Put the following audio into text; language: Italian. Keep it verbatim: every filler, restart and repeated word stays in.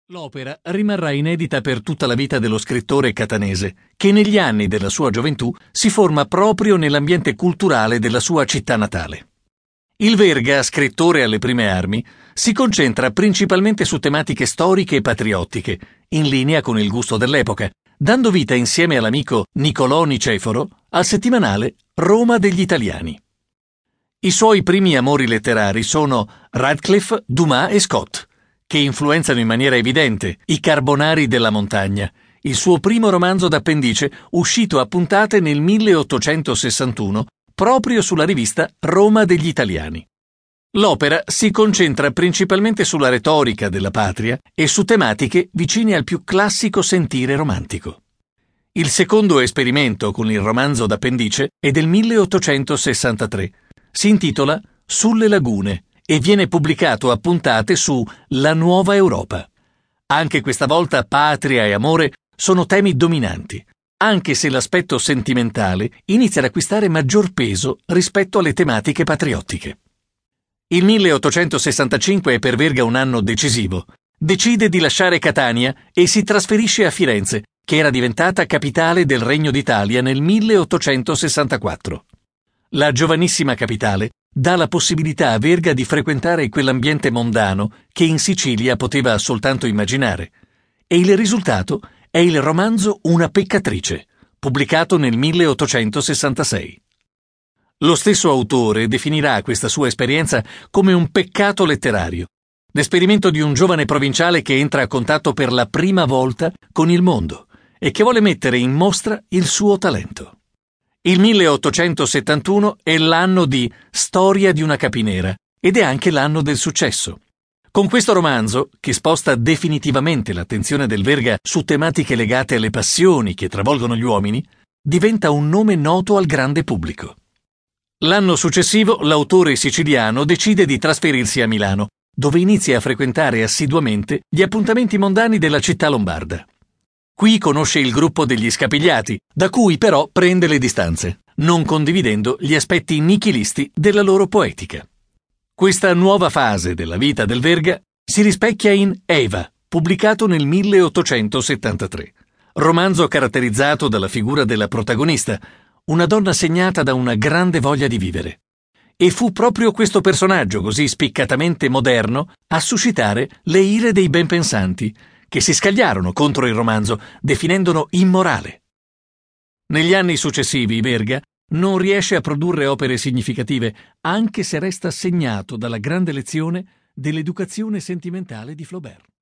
L'opera rimarrà inedita per tutta la vita dello scrittore catanese, che negli anni della sua gioventù si forma proprio nell'ambiente culturale della sua città natale. Il Verga, scrittore alle prime armi, si concentra principalmente su tematiche storiche e patriottiche, in linea con il gusto dell'epoca, dando vita insieme all'amico Niccolò Niceforo al settimanale Roma degli Italiani. I suoi primi amori letterari sono Radcliffe, Dumas e Scott, che influenzano in maniera evidente I Carbonari della montagna, il suo primo romanzo d'appendice uscito a puntate nel milleottocentosessantuno proprio sulla rivista Roma degli Italiani. L'opera si concentra principalmente sulla retorica della patria e su tematiche vicine al più classico sentire romantico. Il secondo esperimento con il romanzo d'appendice è del milleottocentosessantatré. Si intitola Sulle lagune e viene pubblicato a puntate su La Nuova Europa. Anche questa volta patria e amore sono temi dominanti, anche se l'aspetto sentimentale inizia ad acquistare maggior peso rispetto alle tematiche patriottiche. Il milleottocentosessantacinque è per Verga un anno decisivo. Decide di lasciare Catania e si trasferisce a Firenze, che era diventata capitale del Regno d'Italia nel milleottocentosessantaquattro. La giovanissima capitale dà la possibilità a Verga di frequentare quell'ambiente mondano che in Sicilia poteva soltanto immaginare. E il risultato è il romanzo Una peccatrice, pubblicato nel milleottocentosessantasei. Lo stesso autore definirà questa sua esperienza come un peccato letterario, l'esperimento di un giovane provinciale che entra a contatto per la prima volta con il mondo e che vuole mettere in mostra il suo talento. Il milleottocentosettantuno è l'anno di Storia di una capinera ed è anche l'anno del successo. Con questo romanzo, che sposta definitivamente l'attenzione del Verga su tematiche legate alle passioni che travolgono gli uomini, diventa un nome noto al grande pubblico. L'anno successivo l'autore siciliano decide di trasferirsi a Milano, dove inizia a frequentare assiduamente gli appuntamenti mondani della città lombarda. Qui conosce il gruppo degli Scapigliati, da cui però prende le distanze, non condividendo gli aspetti nichilisti della loro poetica. Questa nuova fase della vita del Verga si rispecchia in Eva, pubblicato nel milleottocentosettantatré, romanzo caratterizzato dalla figura della protagonista, una donna segnata da una grande voglia di vivere. E fu proprio questo personaggio così spiccatamente moderno a suscitare le ire dei benpensanti, che si scagliarono contro il romanzo, definendolo immorale. Negli anni successivi Verga non riesce a produrre opere significative, anche se resta segnato dalla grande lezione dell'educazione sentimentale di Flaubert.